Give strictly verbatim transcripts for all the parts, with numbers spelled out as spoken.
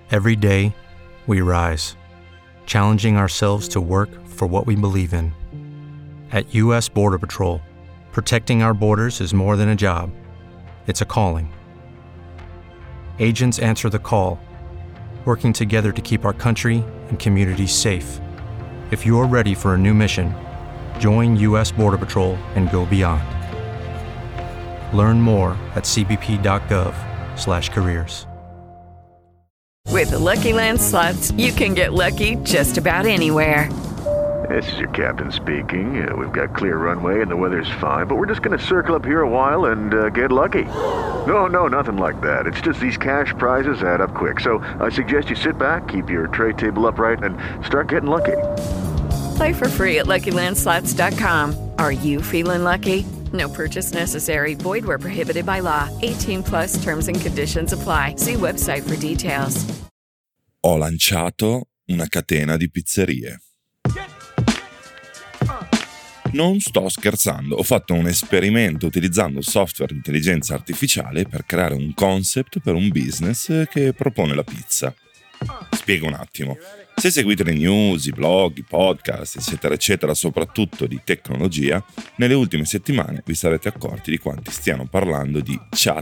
Every day, we rise, challenging ourselves to work for what we believe in. At U S Border Patrol, protecting our borders is more than a job, it's a calling. Agents answer the call, working together to keep our country and communities safe. If you're ready for a new mission, join U S Border Patrol and go beyond. Learn more at c b p dot gov slash careers. With the Lucky Land Slots, you can get lucky just about anywhere. This is your captain speaking. Uh, we've got clear runway and the weather's fine, but we're just going to circle up here a while and uh, get lucky. No, no, nothing like that. It's just these cash prizes add up quick. So I suggest you sit back, keep your tray table upright, and start getting lucky. Play for free at lucky land slots dot com. Are you feeling lucky? No purchase necessary. Void where prohibited by law. eighteen plus terms and conditions apply. See website for details. Ho lanciato una catena di pizzerie. Non sto scherzando, ho fatto un esperimento utilizzando software di intelligenza artificiale per creare un concept per un business che propone la pizza. Spiego un attimo. Se seguite le news, i blog, i podcast, eccetera, eccetera, soprattutto di tecnologia, nelle ultime settimane vi sarete accorti di quanti stiano parlando di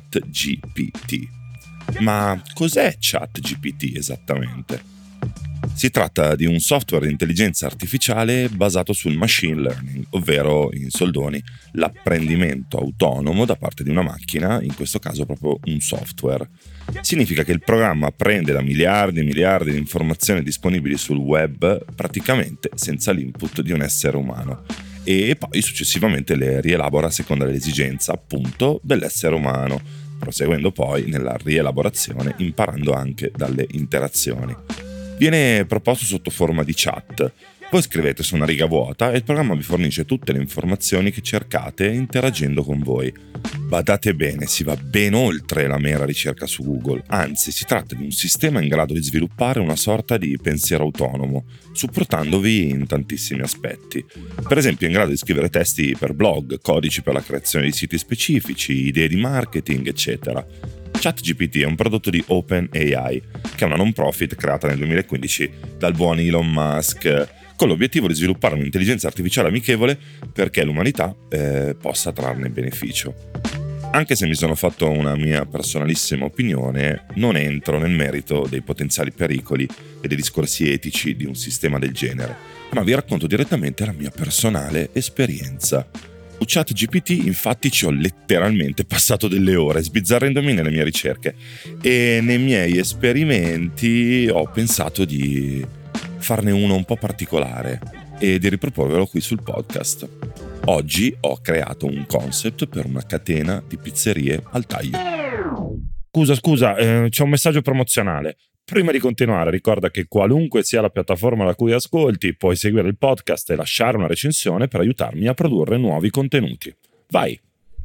ChatGPT. Ma cos'è ChatGPT esattamente? Si tratta di un software di intelligenza artificiale basato sul machine learning, ovvero, in soldoni, l'apprendimento autonomo da parte di una macchina, in questo caso proprio un software. Significa che il programma apprende da miliardi e miliardi di informazioni disponibili sul web praticamente senza l'input di un essere umano e poi successivamente le rielabora a seconda dell'esigenza, appunto, dell'essere umano, proseguendo poi nella rielaborazione imparando anche dalle interazioni. Viene proposto sotto forma di chat. Voi scrivete su una riga vuota e il programma vi fornisce tutte le informazioni che cercate interagendo con voi. Badate bene, si va ben oltre la mera ricerca su Google, anzi si tratta di un sistema in grado di sviluppare una sorta di pensiero autonomo, supportandovi in tantissimi aspetti. Per esempio è in grado di scrivere testi per blog, codici per la creazione di siti specifici, idee di marketing, eccetera. ChatGPT è un prodotto di OpenAI, che è una non profit creata nel duemilaquindici dal buon Elon Musk, con l'obiettivo di sviluppare un'intelligenza artificiale amichevole perché l'umanità eh, possa trarne beneficio. Anche se mi sono fatto una mia personalissima opinione, non entro nel merito dei potenziali pericoli e dei discorsi etici di un sistema del genere, ma vi racconto direttamente la mia personale esperienza. Su ChatGPT infatti ci ho letteralmente passato delle ore sbizzarrendomi nelle mie ricerche e nei miei esperimenti ho pensato di farne uno un po' particolare e di riproporvelo qui sul podcast. Oggi ho creato un concept per una catena di pizzerie al taglio. Scusa, scusa, eh, c'è un messaggio promozionale. Prima di continuare, ricorda che qualunque sia la piattaforma da cui ascolti, puoi seguire il podcast e lasciare una recensione per aiutarmi a produrre nuovi contenuti. Vai!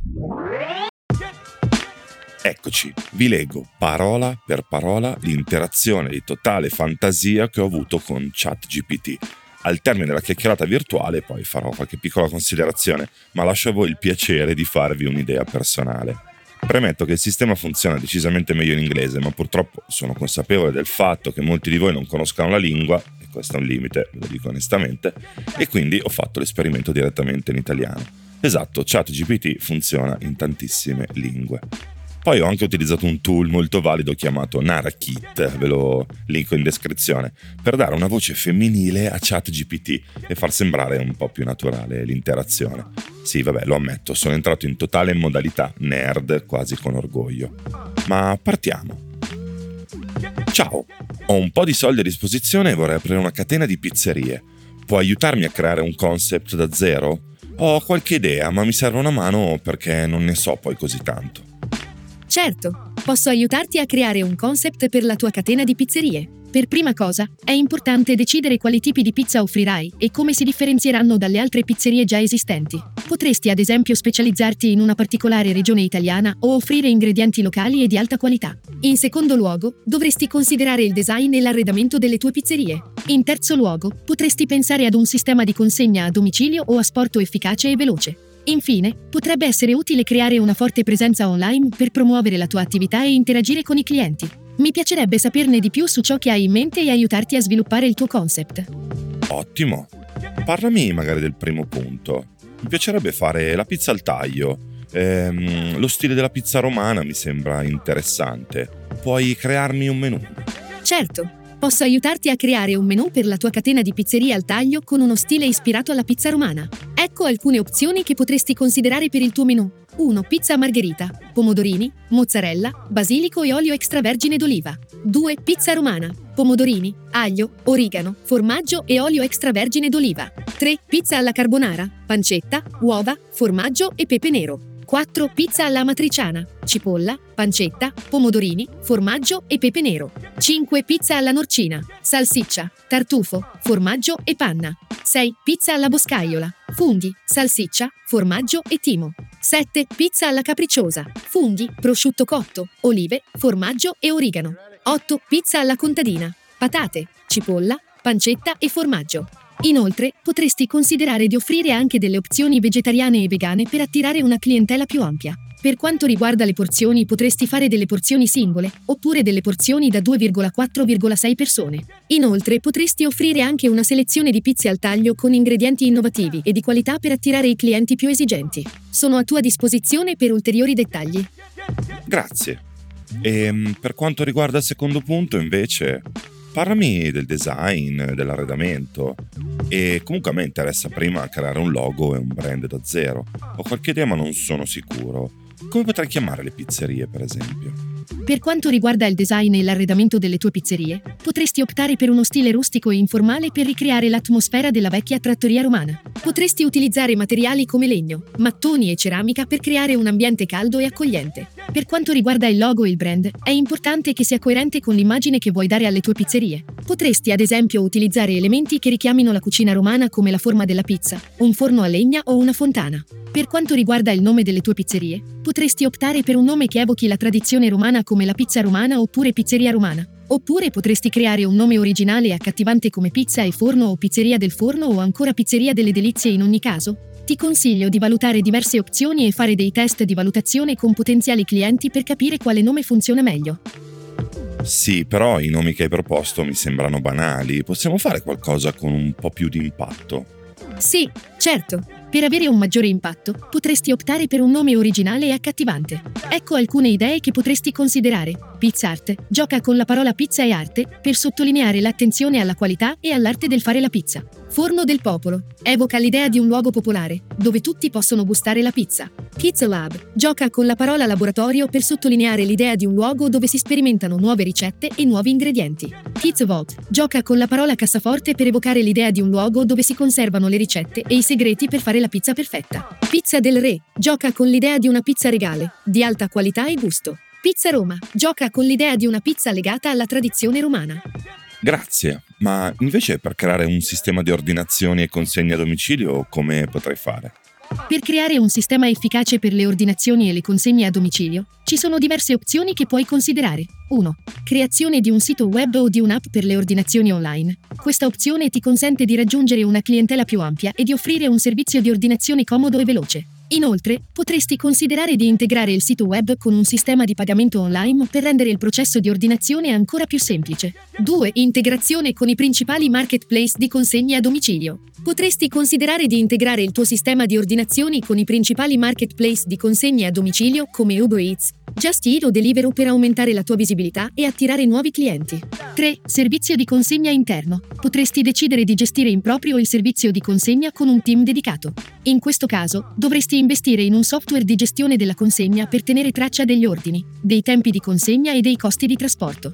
Eccoci, vi leggo parola per parola l'interazione di totale fantasia che ho avuto con ChatGPT. Al termine della chiacchierata virtuale poi farò qualche piccola considerazione, ma lascio a voi il piacere di farvi un'idea personale. Premetto che il sistema funziona decisamente meglio in inglese, ma purtroppo sono consapevole del fatto che molti di voi non conoscano la lingua, e questo è un limite, ve lo dico onestamente, e quindi ho fatto l'esperimento direttamente in italiano. Esatto, ChatGPT funziona in tantissime lingue. Poi ho anche utilizzato un tool molto valido chiamato Narakit, ve lo linko in descrizione, per dare una voce femminile a ChatGPT e far sembrare un po' più naturale l'interazione. Sì, vabbè, lo ammetto, sono entrato in totale modalità nerd, quasi con orgoglio. Ma partiamo. Ciao, ho un po' di soldi a disposizione e vorrei aprire una catena di pizzerie. Puoi aiutarmi a creare un concept da zero? Ho qualche idea, ma mi serve una mano perché non ne so poi così tanto. Certo, posso aiutarti a creare un concept per la tua catena di pizzerie. Per prima cosa, è importante decidere quali tipi di pizza offrirai e come si differenzieranno dalle altre pizzerie già esistenti. Potresti ad esempio specializzarti in una particolare regione italiana o offrire ingredienti locali e di alta qualità. In secondo luogo, dovresti considerare il design e l'arredamento delle tue pizzerie. In terzo luogo, potresti pensare ad un sistema di consegna a domicilio o asporto efficace e veloce. Infine, potrebbe essere utile creare una forte presenza online per promuovere la tua attività e interagire con i clienti. Mi piacerebbe saperne di più su ciò che hai in mente e aiutarti a sviluppare il tuo concept. Ottimo. Parlami magari del primo punto. Mi piacerebbe fare la pizza al taglio. Ehm, lo stile della pizza romana mi sembra interessante. Puoi crearmi un menù? Certo, posso aiutarti a creare un menù per la tua catena di pizzerie al taglio con uno stile ispirato alla pizza romana. Ecco alcune opzioni che potresti considerare per il tuo menù. uno. Pizza margherita, pomodorini, mozzarella, basilico e olio extravergine d'oliva. due. Pizza romana, pomodorini, aglio, origano, formaggio e olio extravergine d'oliva. tre. Pizza alla carbonara, pancetta, uova, formaggio e pepe nero. quattro. Pizza alla matriciana, cipolla, pancetta, pomodorini, formaggio e pepe nero. cinque. Pizza alla norcina, salsiccia, tartufo, formaggio e panna. sei. Pizza alla boscaiola, funghi, salsiccia, formaggio e timo. sette. Pizza alla capricciosa, funghi, prosciutto cotto, olive, formaggio e origano. otto. Pizza alla contadina, patate, cipolla, pancetta e formaggio. Inoltre, potresti considerare di offrire anche delle opzioni vegetariane e vegane per attirare una clientela più ampia. Per quanto riguarda le porzioni, potresti fare delle porzioni singole, oppure delle porzioni da due virgola quattro virgola sei persone. Inoltre, potresti offrire anche una selezione di pizze al taglio con ingredienti innovativi e di qualità per attirare i clienti più esigenti. Sono a tua disposizione per ulteriori dettagli. Grazie. E per quanto riguarda il secondo punto, invece, parlami del design, dell'arredamento. E comunque a me interessa prima creare un logo e un brand da zero. Ho qualche idea ma non sono sicuro. Come potrei chiamare le pizzerie, per esempio? Per quanto riguarda il design e l'arredamento delle tue pizzerie, potresti optare per uno stile rustico e informale per ricreare l'atmosfera della vecchia trattoria romana. Potresti utilizzare materiali come legno, mattoni e ceramica per creare un ambiente caldo e accogliente. Per quanto riguarda il logo e il brand, è importante che sia coerente con l'immagine che vuoi dare alle tue pizzerie. Potresti ad esempio utilizzare elementi che richiamino la cucina romana come la forma della pizza, un forno a legna o una fontana. Per quanto riguarda il nome delle tue pizzerie, potresti optare per un nome che evochi la tradizione romana come la pizza romana oppure pizzeria romana. Oppure potresti creare un nome originale e accattivante come pizza e forno o pizzeria del forno o ancora pizzeria delle delizie. In ogni caso, ti consiglio di valutare diverse opzioni e fare dei test di valutazione con potenziali clienti per capire quale nome funziona meglio. Sì, però i nomi che hai proposto mi sembrano banali. Possiamo fare qualcosa con un po' più di impatto? Sì, certo. Per avere un maggiore impatto, potresti optare per un nome originale e accattivante. Ecco alcune idee che potresti considerare. Pizza Art gioca con la parola pizza e arte per sottolineare l'attenzione alla qualità e all'arte del fare la pizza. Forno del Popolo evoca l'idea di un luogo popolare, dove tutti possono gustare la pizza. Pizza Lab gioca con la parola laboratorio per sottolineare l'idea di un luogo dove si sperimentano nuove ricette e nuovi ingredienti. Pizza Vault gioca con la parola cassaforte per evocare l'idea di un luogo dove si conservano le ricette e i segreti per fare la pizza perfetta. Pizza del Re gioca con l'idea di una pizza regale, di alta qualità e gusto. Pizza Roma gioca con l'idea di una pizza legata alla tradizione romana. Grazie, ma invece per creare un sistema di ordinazioni e consegne a domicilio come potrei fare? Per creare un sistema efficace per le ordinazioni e le consegne a domicilio, ci sono diverse opzioni che puoi considerare. uno. Creazione di un sito web o di un'app per le ordinazioni online. Questa opzione ti consente di raggiungere una clientela più ampia e di offrire un servizio di ordinazione comodo e veloce. Inoltre, potresti considerare di integrare il sito web con un sistema di pagamento online per rendere il processo di ordinazione ancora più semplice. due. Integrazione con i principali marketplace di consegne a domicilio. Potresti considerare di integrare il tuo sistema di ordinazioni con i principali marketplace di consegne a domicilio come Uber Eats, Just Eat o Deliveroo per aumentare la tua visibilità e attirare nuovi clienti. tre. Servizio di consegna interno. Potresti decidere di gestire in proprio il servizio di consegna con un team dedicato. In questo caso, dovresti investire in un software di gestione della consegna per tenere traccia degli ordini, dei tempi di consegna e dei costi di trasporto.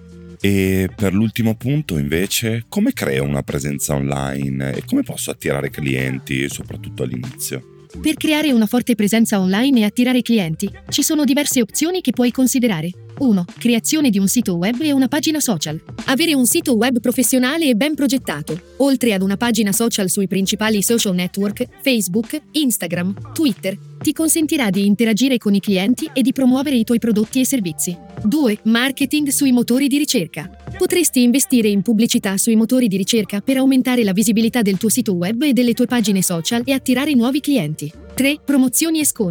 E per l'ultimo punto, invece, come creo una presenza online e come posso attirare clienti, soprattutto all'inizio? Per creare una forte presenza online e attirare clienti, ci sono diverse opzioni che puoi considerare. uno. Creazione di un sito web e una pagina social. Avere un sito web professionale e ben progettato, oltre ad una pagina social sui principali social network, Facebook, Instagram, Twitter, ti consentirà di interagire con i clienti e di promuovere i tuoi prodotti e servizi. due. Marketing sui motori di ricerca. Potresti investire in pubblicità sui motori di ricerca per aumentare la visibilità del tuo sito web e delle tue pagine social e attirare nuovi clienti. tre. Promozioni e sconti.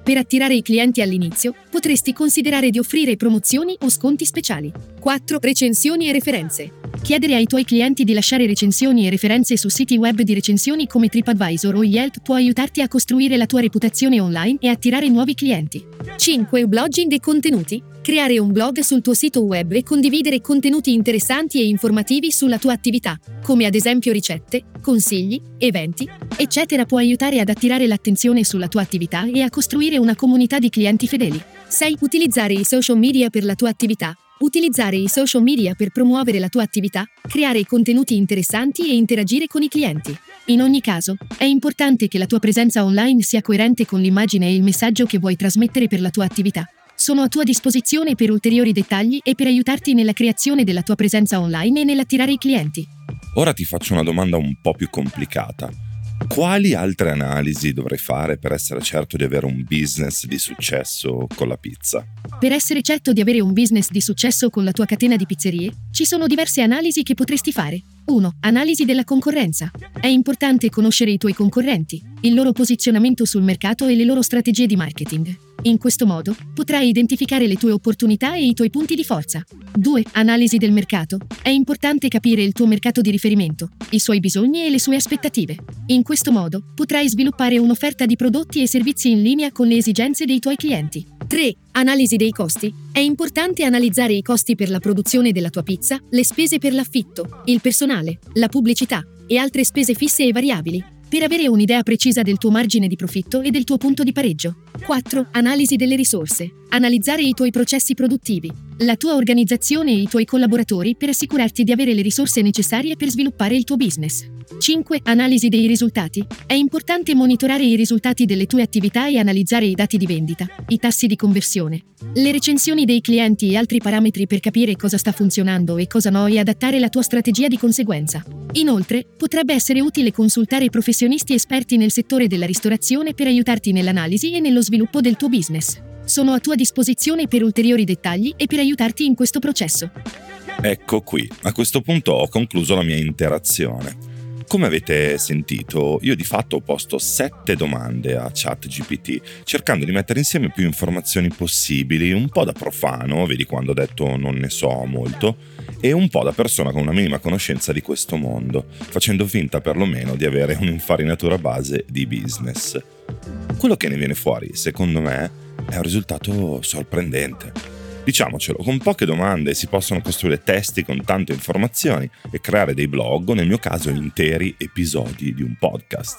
Per attirare i clienti all'inizio, potresti considerare di offrire promozioni o sconti speciali. quattro. Recensioni e referenze. Chiedere ai tuoi clienti di lasciare recensioni e referenze su siti web di recensioni come TripAdvisor o Yelp può aiutarti a costruire la tua reputazione online e attirare nuovi clienti. cinque. Blogging e contenuti. Creare un blog sul tuo sito web e condividere contenuti interessanti e informativi sulla tua attività, come ad esempio ricette, consigli, eventi, eccetera, può aiutare ad attirare l'attenzione sulla tua attività e a costruire una comunità di clienti fedeli. sei. Utilizzare i social media per la tua attività. Utilizzare i social media per promuovere la tua attività, creare contenuti interessanti e interagire con i clienti. In ogni caso, è importante che la tua presenza online sia coerente con l'immagine e il messaggio che vuoi trasmettere per la tua attività. Sono a tua disposizione per ulteriori dettagli e per aiutarti nella creazione della tua presenza online e nell'attirare i clienti. Ora ti faccio una domanda un po' più complicata. Quali altre analisi dovrei fare per essere certo di avere un business di successo con la pizza? Per essere certo di avere un business di successo con la tua catena di pizzerie, ci sono diverse analisi che potresti fare. uno. Analisi della concorrenza. È importante conoscere i tuoi concorrenti, il loro posizionamento sul mercato e le loro strategie di marketing. In questo modo, potrai identificare le tue opportunità e i tuoi punti di forza. due. Analisi del mercato. È importante capire il tuo mercato di riferimento, i suoi bisogni e le sue aspettative. In questo modo, potrai sviluppare un'offerta di prodotti e servizi in linea con le esigenze dei tuoi clienti. tre. Analisi dei costi. È importante analizzare i costi per la produzione della tua pizza, le spese per l'affitto, il personale, la pubblicità e altre spese fisse e variabili, per avere un'idea precisa del tuo margine di profitto e del tuo punto di pareggio. quattro. Analisi delle risorse. Analizzare i tuoi processi produttivi, la tua organizzazione e i tuoi collaboratori per assicurarti di avere le risorse necessarie per sviluppare il tuo business. cinque. Analisi dei risultati. È importante monitorare i risultati delle tue attività e analizzare i dati di vendita, i tassi di conversione, le recensioni dei clienti e altri parametri per capire cosa sta funzionando e cosa no e adattare la tua strategia di conseguenza. Inoltre, potrebbe essere utile consultare professionisti esperti nel settore della ristorazione per aiutarti nell'analisi e nello sviluppo del tuo business. Sono a tua disposizione per ulteriori dettagli e per aiutarti in questo processo. Ecco qui, a questo punto ho concluso la mia interazione. Come avete sentito, io di fatto ho posto sette domande a ChatGPT, cercando di mettere insieme più informazioni possibili, un po' da profano, vedi quando ho detto non ne so molto, e un po' da persona con una minima conoscenza di questo mondo, facendo finta perlomeno di avere un'infarinatura base di business. Quello che ne viene fuori, secondo me, è un risultato sorprendente. Diciamocelo, con poche domande si possono costruire testi con tante informazioni e creare dei blog o, nel mio caso, interi episodi di un podcast.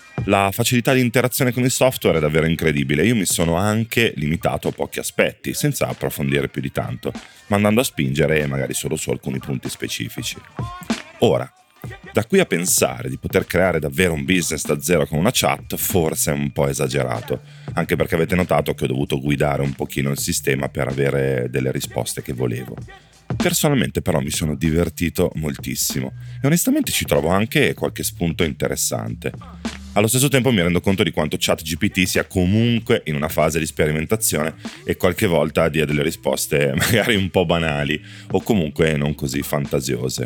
La facilità di interazione con il software è davvero incredibile. Io mi sono anche limitato a pochi aspetti, senza approfondire più di tanto, ma andando a spingere magari solo su alcuni punti specifici. Ora, da qui a pensare di poter creare davvero un business da zero con una chat, forse è un po' esagerato, anche perché avete notato che ho dovuto guidare un pochino il sistema per avere delle risposte che volevo. Personalmente però mi sono divertito moltissimo e onestamente ci trovo anche qualche spunto interessante. Allo stesso tempo mi rendo conto di quanto ChatGPT sia comunque in una fase di sperimentazione e qualche volta dia delle risposte magari un po' banali o comunque non così fantasiose.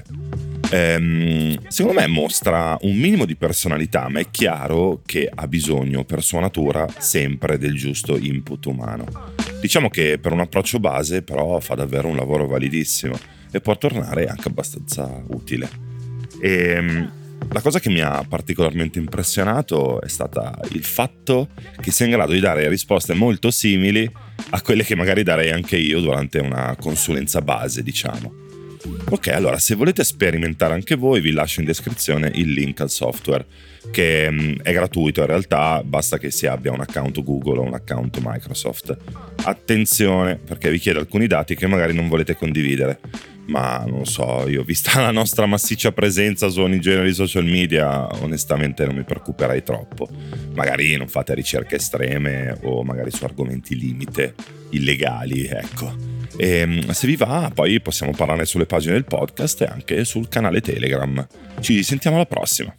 Ehm, secondo me mostra un minimo di personalità, ma è chiaro che ha bisogno per sua natura sempre del giusto input umano. Diciamo che per un approccio base però fa davvero un lavoro validissimo e può tornare anche abbastanza utile. E la cosa che mi ha particolarmente impressionato è stata il fatto che sia in grado di dare risposte molto simili a quelle che magari darei anche io durante una consulenza base, diciamo. Ok, allora se volete sperimentare anche voi vi lascio in descrizione il link al software, che mh, è gratuito in realtà, basta che si abbia un account Google o un account Microsoft. Attenzione, perché vi chiede alcuni dati che magari non volete condividere, ma non so, io vista la nostra massiccia presenza su ogni genere di social media, onestamente non mi preoccuperei troppo. Magari non fate ricerche estreme o magari su argomenti limite, illegali, ecco. E se vi va, poi possiamo parlare sulle pagine del podcast e anche sul canale Telegram. Ci sentiamo alla prossima.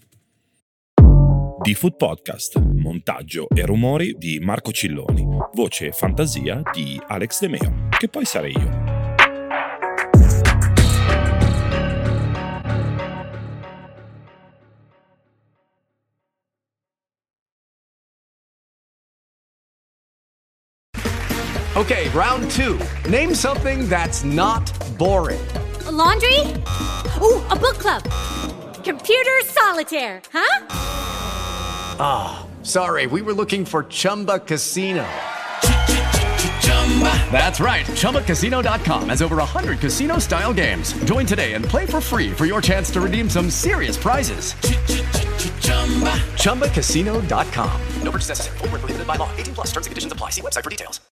The Food Podcast, montaggio e rumori di Marco Cilloni, voce e fantasia di Alex De Meo, che poi sarei io. Okay, round two. Name something that's not boring. A laundry? Ooh, a book club. Computer solitaire, huh? Ah, oh, sorry, we were looking for Chumba Casino. That's right, Chumba Casino dot com has over one hundred casino-style games. Join today and play for free for your chance to redeem some serious prizes. Chumba Casino dot com. No purchase necessary. Void where prohibited by law. eighteen plus terms and conditions apply. See website for details.